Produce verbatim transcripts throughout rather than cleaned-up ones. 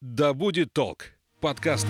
Да будет толк. Подкасты.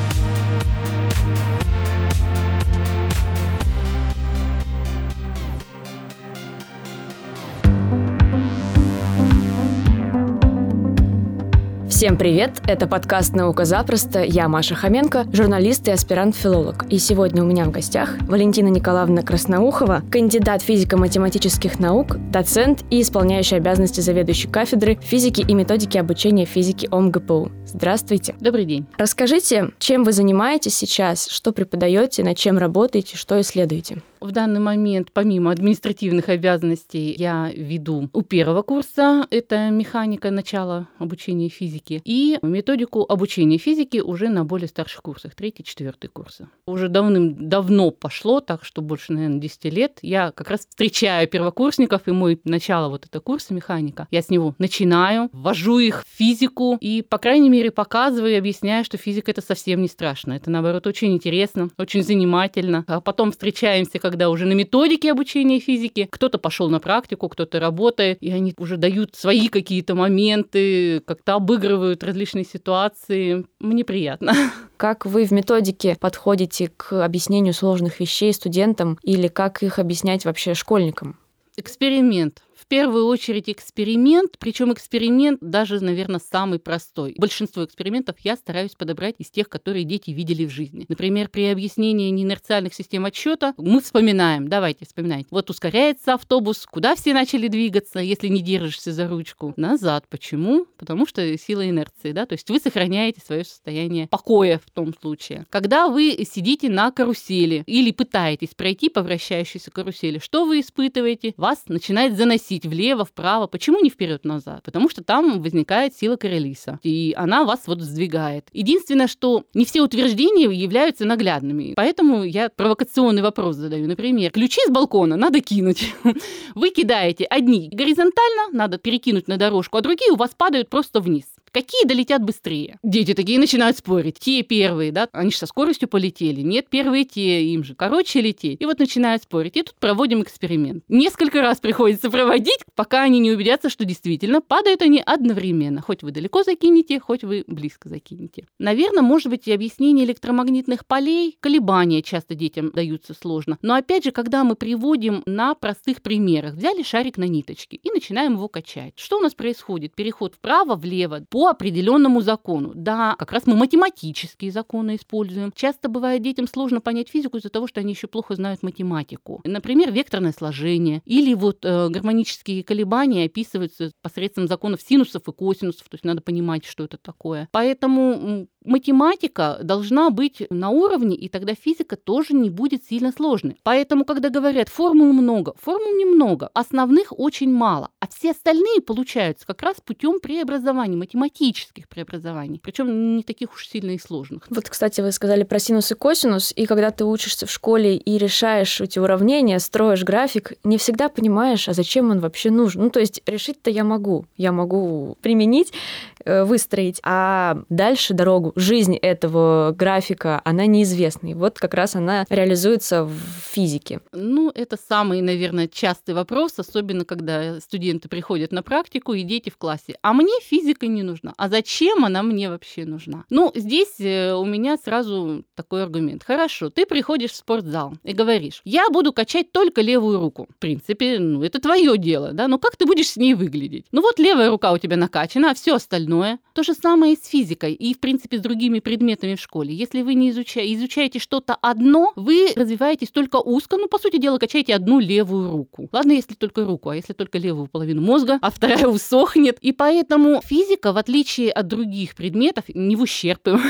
Всем привет! Это подкаст «Наука запросто». Я Маша Хоменко, журналист и аспирант-филолог. И сегодня у меня в гостях Валентина Николаевна Красноухова, кандидат физико-математических наук, доцент и исполняющий обязанности заведующей кафедры физики и методики обучения физики ОМГПУ. Здравствуйте! Добрый день! Расскажите, чем вы занимаетесь сейчас, что преподаете, над чем работаете, что исследуете? В данный момент, помимо административных обязанностей, я веду у первого курса, это механика, начало обучения физики, и методику обучения физики уже на более старших курсах, третий, четвертый курсы. Уже давным-давно пошло, так что больше, наверное, десять лет. Я как раз встречаю первокурсников, и мой начало вот это курса механика. Я с него начинаю, ввожу их в физику и, по крайней мере, показываю и объясняю, что физика — это совсем не страшно. Это, наоборот, очень интересно, очень занимательно. А потом встречаемся, когда уже на методике обучения физики, кто-то пошел на практику, кто-то работает, и они уже дают свои какие-то моменты, как-то обыгрывают различные ситуации. Мне приятно. Как вы в методике подходите к объяснению сложных вещей студентам или как их объяснять вообще школьникам? Эксперимент. В первую очередь эксперимент, причем эксперимент даже, наверное, самый простой. Большинство экспериментов я стараюсь подобрать из тех, которые дети видели в жизни. Например, при объяснении неинерциальных систем отсчета мы вспоминаем, давайте вспоминайте. Вот ускоряется автобус, куда все начали двигаться, если не держишься за ручку? Назад. Почему? Потому что сила инерции, да, то есть вы сохраняете свое состояние покоя в том случае. Когда вы сидите на карусели или пытаетесь пройти по вращающейся карусели, что вы испытываете? Вас начинает заносить влево, вправо. Почему не вперед-назад? Потому что там возникает сила Корелиса, и она вас вот сдвигает. Единственное, что не все утверждения являются наглядными, поэтому я провокационный вопрос задаю. Например, ключи с балкона надо кинуть. Вы кидаете одни горизонтально, надо перекинуть на дорожку, а другие у вас падают просто вниз. Какие долетят быстрее? Дети такие начинают спорить. Те первые, да, они же со скоростью полетели. Нет, первые те, им же короче лететь. И вот начинают спорить. И тут проводим эксперимент. Несколько раз приходится проводить, пока они не убедятся, что действительно падают они одновременно. Хоть вы далеко закинете, хоть вы близко закинете. Наверное, может быть, и объяснение электромагнитных полей, колебания часто детям даются сложно. Но опять же, когда мы приводим на простых примерах, взяли шарик на ниточке и начинаем его качать. Что у нас происходит? Переход вправо-влево по определенному закону. Да, как раз мы математические законы используем. Часто бывает детям сложно понять физику из-за того, что они еще плохо знают математику. Например, векторное сложение или вот э, гармонические колебания описываются посредством законов синусов и косинусов, то есть надо понимать, что это такое. Поэтому математика должна быть на уровне, и тогда физика тоже не будет сильно сложной. Поэтому, когда говорят, формул много, формул немного, основных очень мало, а все остальные получаются как раз путем преобразований, математических преобразований, причем не таких уж сильно и сложных. Вот, кстати, вы сказали про синус и косинус, и когда ты учишься в школе и решаешь эти уравнения, строишь график, не всегда понимаешь, а зачем он вообще нужен. Ну, то есть решить-то я могу, я могу применить, выстроить, а дальше дорогу, жизнь этого графика, она неизвестна. И вот как раз она реализуется в физике. Ну, это самый, наверное, частый вопрос, особенно когда студенты приходят на практику и дети в классе. А мне физика не нужна. А зачем она мне вообще нужна? Ну, здесь у меня сразу такой аргумент. Хорошо, ты приходишь в спортзал и говоришь, я буду качать только левую руку. В принципе, ну, это твое дело, да, но как ты будешь с ней выглядеть? Ну, вот левая рука у тебя накачана, а все остальное. То же самое и с физикой, и, в принципе, с другими предметами в школе. Если вы не изучаете, изучаете что-то одно, вы развиваетесь только узко, ну, по сути дела, качаете одну левую руку. Ладно, если только руку, а если только левую половину мозга, а вторая усохнет. И поэтому физика, в отличие от других предметов, не в ущерб им,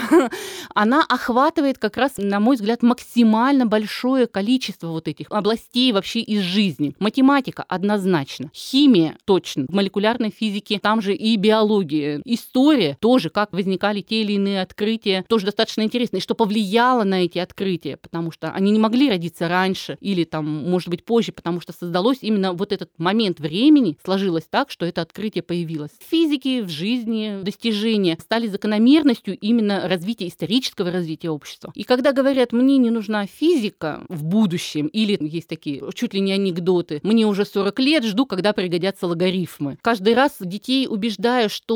она охватывает как раз, на мой взгляд, максимально большое количество вот этих областей вообще из жизни. Математика однозначно, химия точно, в молекулярной физике там же и биология, история тоже, как возникали те или иные открытия, тоже достаточно интересно, и что повлияло на эти открытия, потому что они не могли родиться раньше или там, может быть, позже, потому что создалось именно вот этот момент времени, сложилось так, что это открытие появилось. В физике, в жизни достижения стали закономерностью именно развития, исторического развития общества. И когда говорят, мне не нужна физика в будущем, или есть такие чуть ли не анекдоты, мне уже сорок лет, жду, когда пригодятся логарифмы. Каждый раз детей убеждаю, что не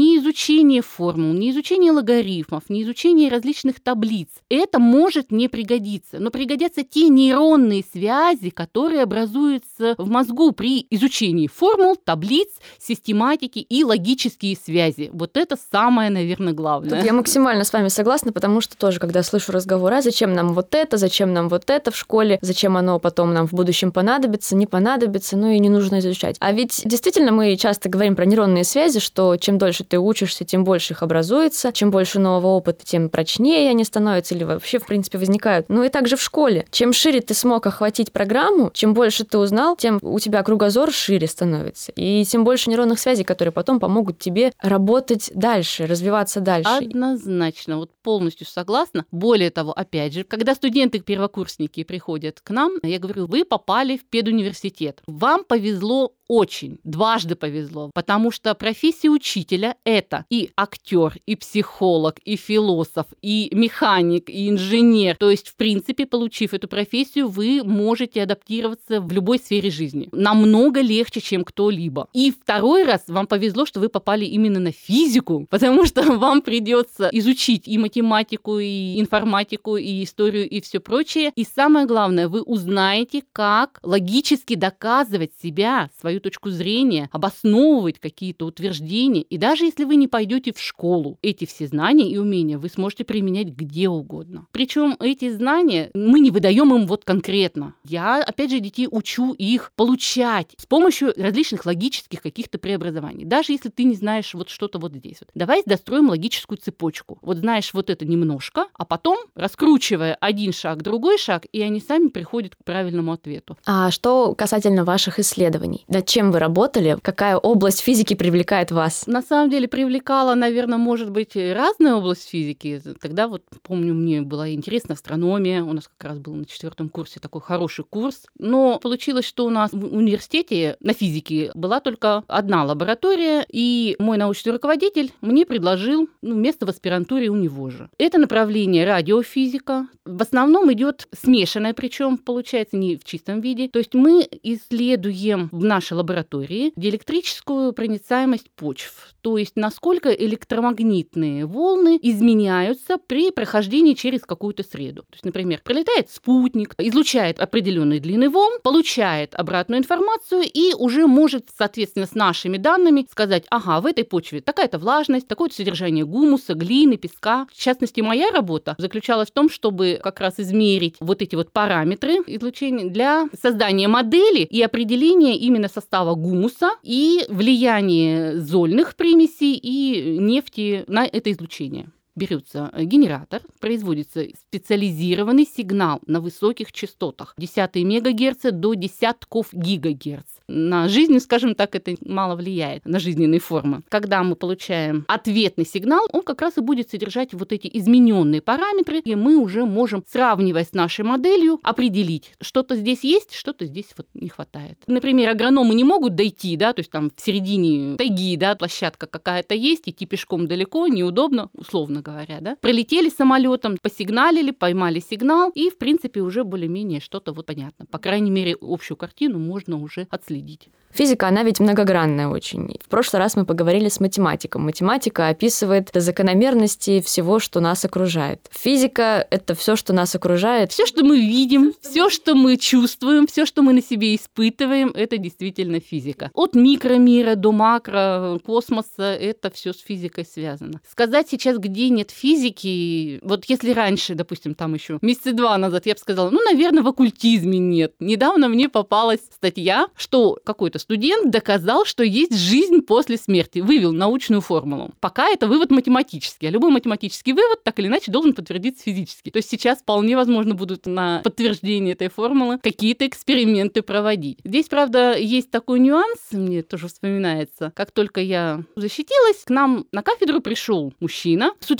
ни изучение формул, ни изучение логарифмов, ни изучение различных таблиц. Это может не пригодиться, но пригодятся те нейронные связи, которые образуются в мозгу при изучении формул, таблиц, систематики и логические связи. Вот это самое, наверное, главное. Тут я максимально с вами согласна, потому что тоже, когда слышу разговоры, а зачем нам вот это, зачем нам вот это в школе, зачем оно потом нам в будущем понадобится, не понадобится, ну и не нужно изучать. А ведь действительно мы часто говорим про нейронные связи, что чем дольше ты учишься, тем больше их образуется, чем больше нового опыта, тем прочнее они становятся или вообще, в принципе, возникают. Ну и также в школе. Чем шире ты смог охватить программу, чем больше ты узнал, тем у тебя кругозор шире становится. И тем больше нейронных связей, которые потом помогут тебе работать дальше, развиваться дальше. Однозначно, вот полностью согласна. Более того, опять же, когда студенты-первокурсники приходят к нам, я говорю, вы попали в педуниверситет. Вам повезло очень, дважды повезло, потому что профессия учителя – это и актер, и психолог, и философ, и механик, и инженер. То есть, в принципе, получив эту профессию, вы можете адаптироваться в любой сфере жизни. Намного легче, чем кто-либо. И второй раз вам повезло, что вы попали именно на физику, потому что вам придется изучить и математику, и информатику, и историю, и все прочее. И самое главное, вы узнаете, как логически доказывать себя, свою точку зрения, обосновывать какие-то утверждения. И даже если вы не пойдете в школу, эти все знания и умения вы сможете применять где угодно. Причем эти знания мы не выдаем им вот конкретно. Я, опять же, детей учу их получать с помощью различных логических каких-то преобразований. Даже если ты не знаешь вот что-то вот здесь. Вот. Давай достроим логическую цепочку. Вот знаешь вот это немножко, а потом, раскручивая один шаг, другой шаг, и они сами приходят к правильному ответу. А что касательно ваших исследований? Над чем вы работали? Какая область физики привлекает вас? На самом деле привлекала, наверное, может быть, разная область физики. Тогда вот, помню, мне была интересна астрономия. У нас как раз был на четвертом курсе такой хороший курс. Но получилось, что у нас в университете на физике была только одна лаборатория, и мой научный руководитель мне предложил ну, место в аспирантуре у него же. Это направление радиофизика. В основном идет смешанное, причем получается не в чистом виде. То есть мы исследуем в нашей лаборатории диэлектрическую проницаемость почв, то есть насколько электромагнитные волны изменяются при прохождении через какую-то среду. То есть, например, прилетает спутник, излучает определенной длины волн, получает обратную информацию и уже может, соответственно, с нашими данными сказать, ага, в этой почве такая-то влажность, такое-то содержание гумуса, глины, песка. В частности, моя работа заключалась в том, чтобы как раз измерить вот эти вот параметры излучения для создания модели и определения именно состава гумуса и влияние зольных примесей и нефти на это излучение. Берется генератор, производится специализированный сигнал на высоких частотах, десятые мегагерца до десятков гигагерц. На жизнь, скажем так, это мало влияет, на жизненные формы. Когда мы получаем ответный сигнал, он как раз и будет содержать вот эти измененные параметры, и мы уже можем, сравнивая с нашей моделью, определить, что-то здесь есть, что-то здесь вот не хватает. Например, агрономы не могут дойти, да, то есть там в середине тайги, да, площадка какая-то есть, идти пешком далеко, неудобно, условно говоря, да. Пролетели самолетом, посигналили, поймали сигнал, и, в принципе, уже более-менее что-то вот понятно. По крайней мере, общую картину можно уже отследить. Физика, она ведь многогранная очень. В прошлый раз мы поговорили с математиком. Математика описывает закономерности всего, что нас окружает. Физика — это все, что нас окружает. Все, что мы видим, все, что мы чувствуем, все, что мы на себе испытываем, это действительно физика. От микромира до макро, космоса, это все с физикой связано. Сказать сейчас, где нет физики, вот если раньше, допустим, там еще месяца два назад я бы сказала, ну, наверное, в оккультизме нет. Недавно мне попалась статья, что какой-то студент доказал, что есть жизнь после смерти, вывел научную формулу. Пока это вывод математический, а любой математический вывод так или иначе должен подтвердиться физически. То есть сейчас вполне возможно будут на подтверждение этой формулы какие-то эксперименты проводить. Здесь, правда, есть такой нюанс, мне тоже вспоминается. Как только я защитилась, к нам на кафедру пришел мужчина с утверждением,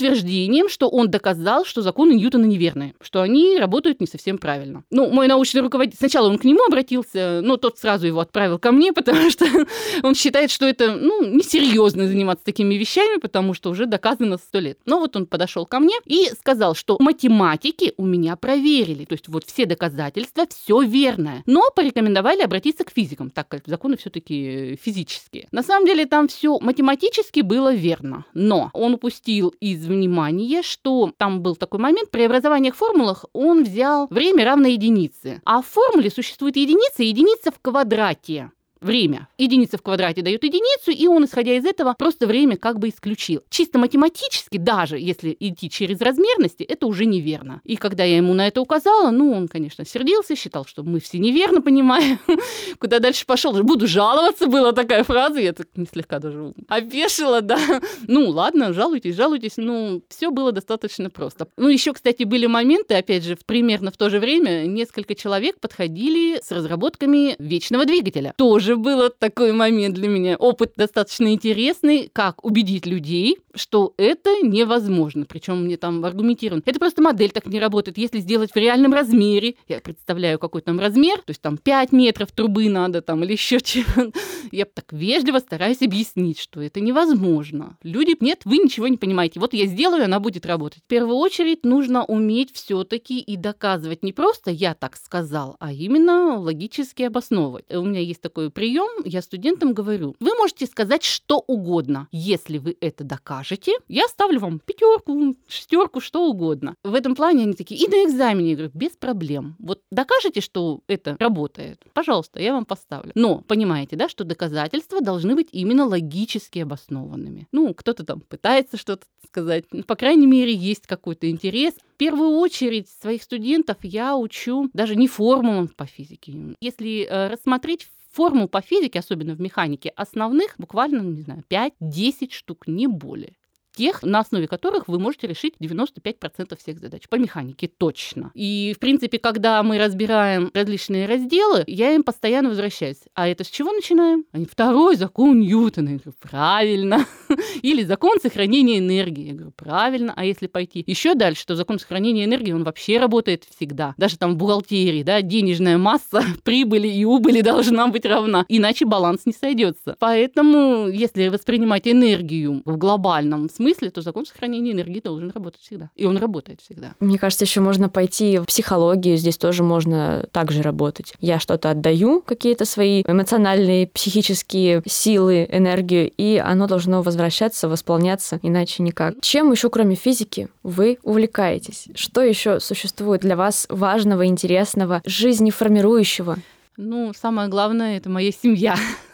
утверждением, что он доказал, что законы Ньютона неверные, что они работают не совсем правильно. Ну, мой научный руководитель, сначала он к нему обратился, но тот сразу его отправил ко мне, потому что он считает, что это, ну, несерьезно заниматься такими вещами, потому что уже доказано сто лет. Но вот он подошел ко мне и сказал, что математики у меня проверили, то есть вот все доказательства, все верное, но порекомендовали обратиться к физикам, так как законы все-таки физические. На самом деле там все математически было верно, но он упустил из внимания, что там был такой момент, при преобразованиях в формулах он взял время равное единице, а в формуле существует единица, единица в квадрате. Время. Единица в квадрате дает единицу, и он, исходя из этого, просто время как бы исключил. Чисто математически, даже если идти через размерности, это уже неверно. И когда я ему на это указала, ну, он, конечно, сердился, считал, что мы все неверно понимаем. Куда дальше пошел? Буду жаловаться, была такая фраза, я так слегка даже опешила, да. Ну, ладно, жалуйтесь, жалуйтесь. Ну, все было достаточно просто. Ну, еще, кстати, были моменты, опять же, примерно в то же время несколько человек подходили с разработками вечного двигателя. Тоже был такой момент для меня. Опыт достаточно интересный, как убедить людей, что это невозможно. Причем мне там аргументировано. Это просто модель так не работает. Если сделать в реальном размере, я представляю, какой там размер, то есть там пять метров трубы надо там или еще чего-то. Я так вежливо стараюсь объяснить, что это невозможно. Люди, нет, вы ничего не понимаете. Вот я сделаю, она будет работать. В первую очередь нужно уметь все-таки и доказывать. Не просто я так сказал, а именно логически обосновывать. У меня есть такой прием, я студентам говорю, вы можете сказать что угодно. Если вы это докажете, я ставлю вам пятерку, шестерку, что угодно. В этом плане они такие, и на экзамене, я говорю, без проблем. Вот докажете, что это работает, пожалуйста, я вам поставлю. Но понимаете, да, что доказательства должны быть именно логически обоснованными. Ну, кто-то там пытается что-то сказать, по крайней мере, есть какой-то интерес. В первую очередь своих студентов я учу даже не формулам по физике. Если э, рассмотреть формул по физике, особенно в механике, основных буквально, не знаю, пять-десять штук, не более. Тех, на основе которых вы можете решить девяносто пять процентов всех задач. По механике точно. И, в принципе, когда мы разбираем различные разделы, я им постоянно возвращаюсь. А это с чего начинаем? Они, второй закон Ньютона. Я говорю, правильно. Или закон сохранения энергии. Я говорю, правильно. А если пойти еще дальше, то закон сохранения энергии, он вообще работает всегда. Даже там в бухгалтерии, да, денежная масса прибыли и убыли должна быть равна. Иначе баланс не сойдется. Поэтому, если воспринимать энергию в глобальном смысле, смысле, то закон сохранения энергии должен работать всегда. И он работает всегда. Мне кажется, еще можно пойти в психологию, здесь тоже можно также работать. Я что-то отдаю, какие-то свои эмоциональные, психические силы, энергию, и оно должно возвращаться, восполняться, иначе никак. Чем еще, кроме физики, вы увлекаетесь? Что еще существует для вас важного, интересного, жизнеформирующего? Ну, самое главное, это моя семья.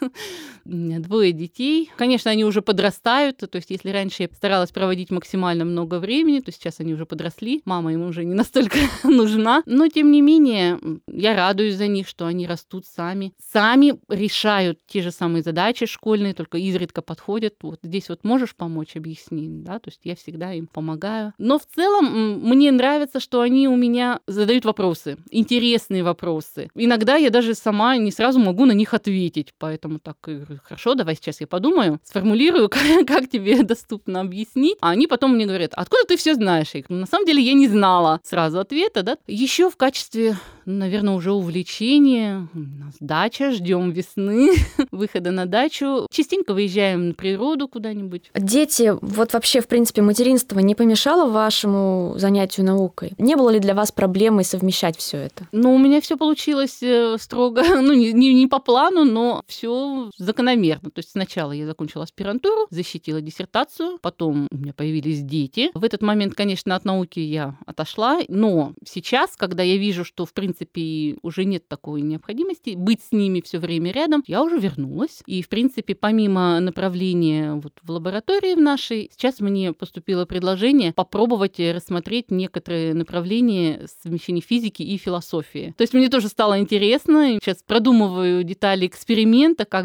У меня двое детей. Конечно, они уже подрастают. То есть, если раньше я старалась проводить максимально много времени, то сейчас они уже подросли. Мама им уже не настолько нужна. Но, тем не менее, я радуюсь за них, что они растут сами. Сами решают те же самые задачи школьные, только изредка подходят. Вот здесь вот можешь помочь, объяснить, да? То есть, я всегда им помогаю. Но в целом мне нравится, что они у меня задают вопросы, интересные вопросы. Иногда я даже сама не сразу могу на них ответить. Поэтому так и говорю, хорошо, давай сейчас я подумаю, сформулирую, как, как тебе доступно объяснить. А они потом мне говорят, откуда ты все знаешь? Я говорю, на самом деле я не знала сразу ответа, да. Еще в качестве, наверное, уже увлечения, у нас дача, ждем весны, выхода на дачу. Частенько выезжаем на природу куда-нибудь. Дети, вот вообще, в принципе, материнство не помешало вашему занятию наукой? Не было ли для вас проблемой совмещать все это? Ну, у меня все получилось строго, ну, не, не, не по плану, но все закономерно. То есть сначала я закончила аспирантуру, защитила диссертацию, потом у меня появились дети. В этот момент, конечно, от науки я отошла, но сейчас, когда я вижу, что, в принципе, уже нет такой необходимости быть с ними все время рядом, я уже вернулась. И, в принципе, помимо направления вот в лаборатории в нашей, сейчас мне поступило предложение попробовать рассмотреть некоторые направления совмещения физики и философии. То есть мне тоже стало интересно. Сейчас продумываю детали эксперимента, как сделать так,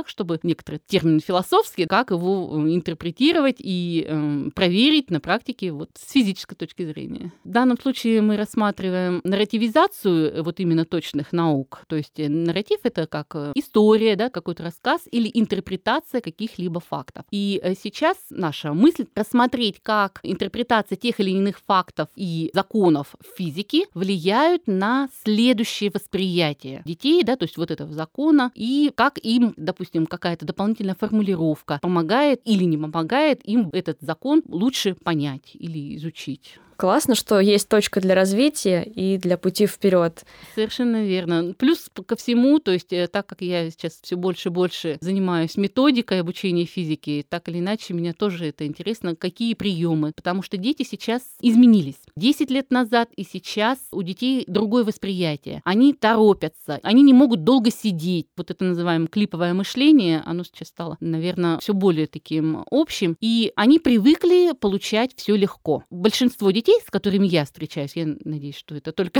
так, чтобы некоторые термины философские, как его интерпретировать и э, проверить на практике вот, с физической точки зрения. В данном случае мы рассматриваем нарративизацию вот именно точных наук. То есть нарратив — это как история, да, какой-то рассказ или интерпретация каких-либо фактов. И сейчас наша мысль — рассмотреть, как интерпретация тех или иных фактов и законов физики влияют на следующее восприятие детей, да, то есть вот этого закона, и как им, допустим, какая-то дополнительная формулировка помогает или не помогает им этот закон лучше понять или изучить. Классно, что есть точка для развития и для пути вперед. Совершенно верно. Плюс ко всему, то есть так как я сейчас все больше и больше занимаюсь методикой обучения физики, так или иначе, меня тоже это интересно, какие приемы, потому что дети сейчас изменились. Десять лет назад и сейчас у детей другое восприятие. Они торопятся, они не могут долго сидеть. Вот это называемое клиповое мышление, оно сейчас стало, наверное, все более таким общим, и они привыкли получать все легко. Большинство детей Детей, с которыми я встречаюсь, я надеюсь, что это только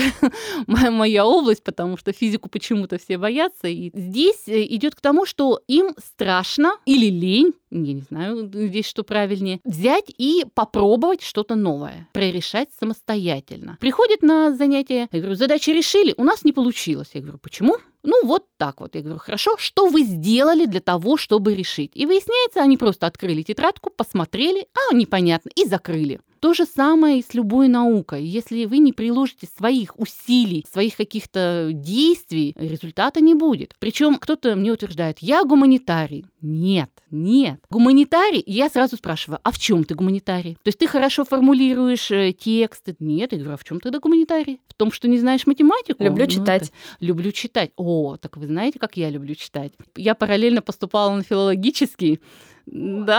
моя область, потому что физику почему-то все боятся. И здесь идет к тому, что им страшно или лень, я не знаю, здесь что правильнее, взять и попробовать что-то новое, прорешать самостоятельно. Приходят на занятия, я говорю, задачи решили, у нас не получилось. Я говорю, почему? Ну, вот так вот. Я говорю, хорошо, что вы сделали для того, чтобы решить? И выясняется, они просто открыли тетрадку, посмотрели, а, непонятно, и закрыли. То же самое и с любой наукой. Если вы не приложите своих усилий, своих каких-то действий, результата не будет. Причем кто-то мне утверждает, я гуманитарий. Нет, нет. Гуманитарий, я сразу спрашиваю, а в чем ты гуманитарий? То есть ты хорошо формулируешь тексты? Нет, я говорю, а в чем тогда гуманитарий? В том, что не знаешь математику? Люблю ну, читать. Это... Люблю читать. О, так вы знаете, как я люблю читать? Я параллельно поступала на филологический. Да.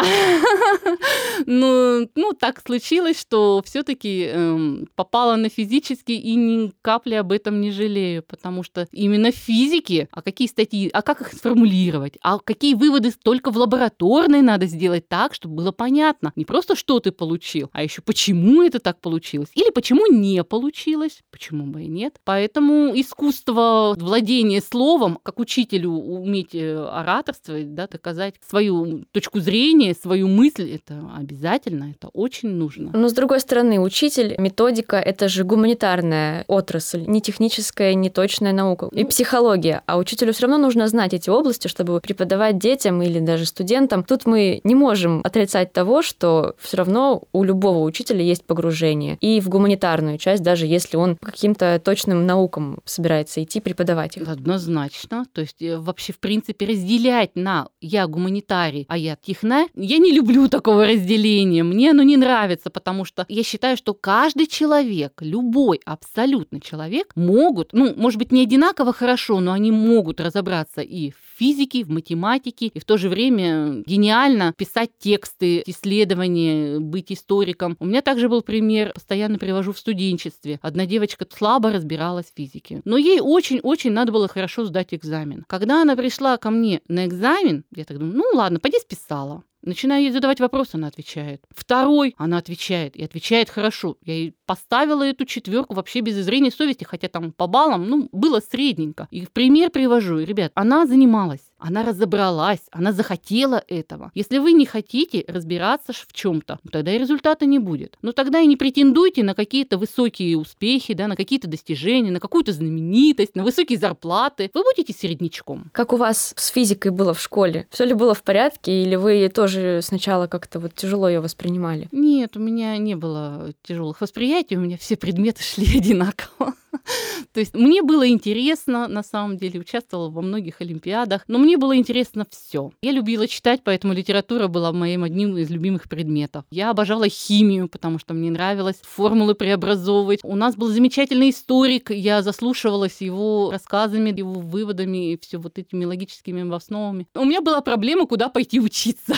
ну, ну, так случилось, что все-таки эм, попала на физический и ни капли об этом не жалею, потому что именно в физике, а какие статьи, а как их сформулировать, а какие выводы только в лабораторной надо сделать так, чтобы было понятно. Не просто, что ты получил, а еще почему это так получилось. Или почему не получилось, почему бы и нет. Поэтому искусство владения словом, как учителю уметь ораторствовать, да, доказать свою точку зрения, свою мысль, это обязательно, это очень нужно. Но, с другой стороны, учитель, методика — это же гуманитарная отрасль, не техническая, не точная наука. И психология. А учителю все равно нужно знать эти области, чтобы преподавать детям или даже студентам. Тут мы не можем отрицать того, что все равно у любого учителя есть погружение. И в гуманитарную часть, даже если он по каким-то точным наукам собирается идти преподавать их. Однозначно. То есть вообще, в принципе, разделять на «я гуманитарий», а «я технарь», я не люблю такого разделения. Мне оно не нравится, потому что я считаю, что каждый человек, любой абсолютно человек могут, ну, может быть, не одинаково хорошо, но они могут разобраться и в физике, в математике, и в то же время гениально писать тексты, исследования, быть историком. У меня также был пример, постоянно привожу в студенчестве. Одна девочка слабо разбиралась в физике, но ей очень-очень надо было хорошо сдать экзамен. Когда она пришла ко мне на экзамен, я так думаю, ну ладно, пойди списала. Начинаю ей задавать вопрос, она отвечает. Второй, она отвечает, и отвечает хорошо. Я ей поставила эту четверку вообще без зазрения совести, хотя там по баллам, ну, было средненько. И в пример привожу. Ребят, она занималась, она разобралась, она захотела этого. Если вы не хотите разбираться в чем-то, тогда и результата не будет. Но тогда и не претендуйте на какие-то высокие успехи, да, на какие-то достижения, на какую-то знаменитость, на высокие зарплаты. Вы будете середнячком. Как у вас с физикой было в школе? Все ли было в порядке, или вы тоже сначала как-то вот тяжело ее воспринимали? Нет, у меня не было тяжелых восприятий, у меня все предметы шли одинаково. То есть мне было интересно, на самом деле, участвовала во многих олимпиадах, но мне было интересно все. Я любила читать, поэтому литература была моим одним из любимых предметов. Я обожала химию, потому что мне нравилось формулы преобразовывать. У нас был замечательный историк, я заслушивалась его рассказами, его выводами и все вот этими логическими основами. У меня была проблема, куда пойти учиться.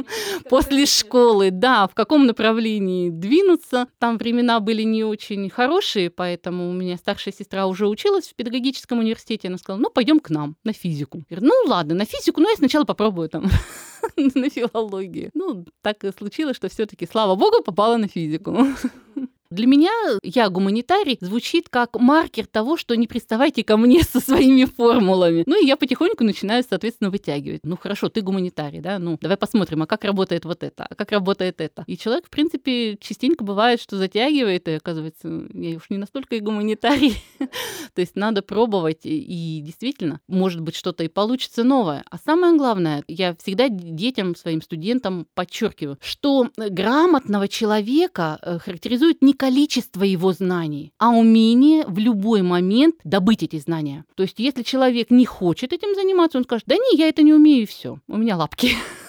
После школы, да, в каком направлении двинуться. Там времена были не очень хорошие, поэтому у меня старшая сестра уже училась в педагогическом университете. Она сказала, ну, пойдем к нам на физику. Я говорю, ну, ладно, на физику, но я сначала попробую там на филологию. Ну, так и случилось, что все-таки, слава богу, попала на физику. Для меня «я гуманитарий» звучит как маркер того, что не приставайте ко мне со своими формулами. Ну и я потихоньку начинаю, соответственно, вытягивать. Ну хорошо, ты гуманитарий, да? Ну давай посмотрим, а как работает вот это, а как работает это. И человек, в принципе, частенько бывает, что затягивает, и оказывается, я уж не настолько и гуманитарий. То есть надо пробовать, и действительно, может быть, что-то и получится новое. А самое главное, я всегда детям, своим студентам подчеркиваю, что грамотного человека характеризует не количество его знаний, а умение в любой момент добыть эти знания. То есть если человек не хочет этим заниматься, он скажет: да не, я это не умею, и все, у меня лапки.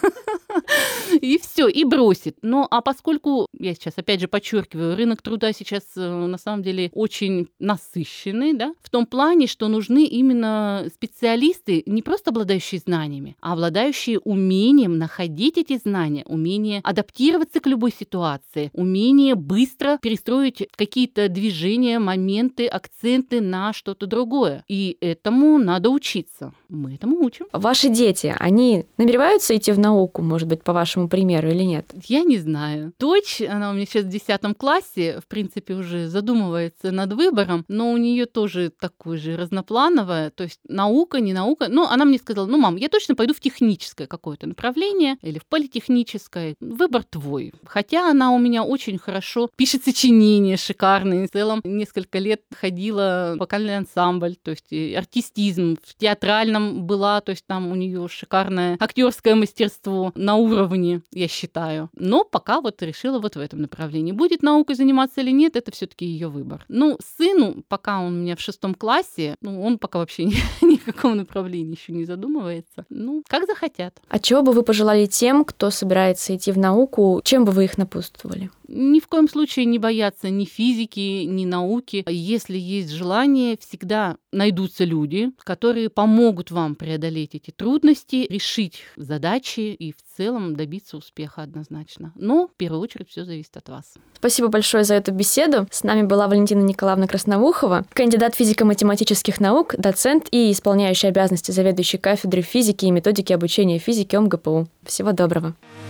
И все, и бросит. Ну, а поскольку, я сейчас опять же подчеркиваю, рынок труда сейчас на самом деле очень насыщенный, да, в том плане, что нужны именно специалисты, не просто обладающие знаниями, а обладающие умением находить эти знания, умение адаптироваться к любой ситуации, умение быстро перестроить какие-то движения, моменты, акценты на что-то другое. И этому надо учиться. Мы этому учим. Ваши дети, они намереваются идти в науку, может быть, по вашему примеру или нет? Я не знаю. Дочь, она у меня сейчас в десятом классе, в принципе, уже задумывается над выбором, но у нее тоже такое же разноплановое, то есть наука, не наука. Ну, она мне сказала: ну, мам, я точно пойду в техническое какое-то направление или в политехническое. Выбор твой. Хотя она у меня очень хорошо пишет сочинения шикарные. В целом несколько лет ходила в вокальный ансамбль, то есть артистизм, в театральном была, то есть там у нее шикарное актерское мастерство на уровне, я считаю. Но пока вот решила вот в этом направлении. Будет наукой заниматься или нет, это все-таки ее выбор. Ну, сыну, пока он у меня в шестом классе, ну, он пока вообще ни, ни в каком направлении еще не задумывается. Ну, как захотят. А чего бы вы пожелали тем, кто собирается идти в науку? Чем бы вы их напутствовали? Ни в коем случае не бояться ни физики, ни науки. Если есть желание, всегда найдутся люди, которые помогут вам преодолеть эти трудности, решить задачи и в целом добиться успеха однозначно. Но в первую очередь все зависит от вас. Спасибо большое за эту беседу. С нами была Валентина Николаевна Красноухова, кандидат физико-математических наук, доцент и исполняющий обязанности заведующей кафедры физики и методики обучения физики ОМГПУ. Всего доброго.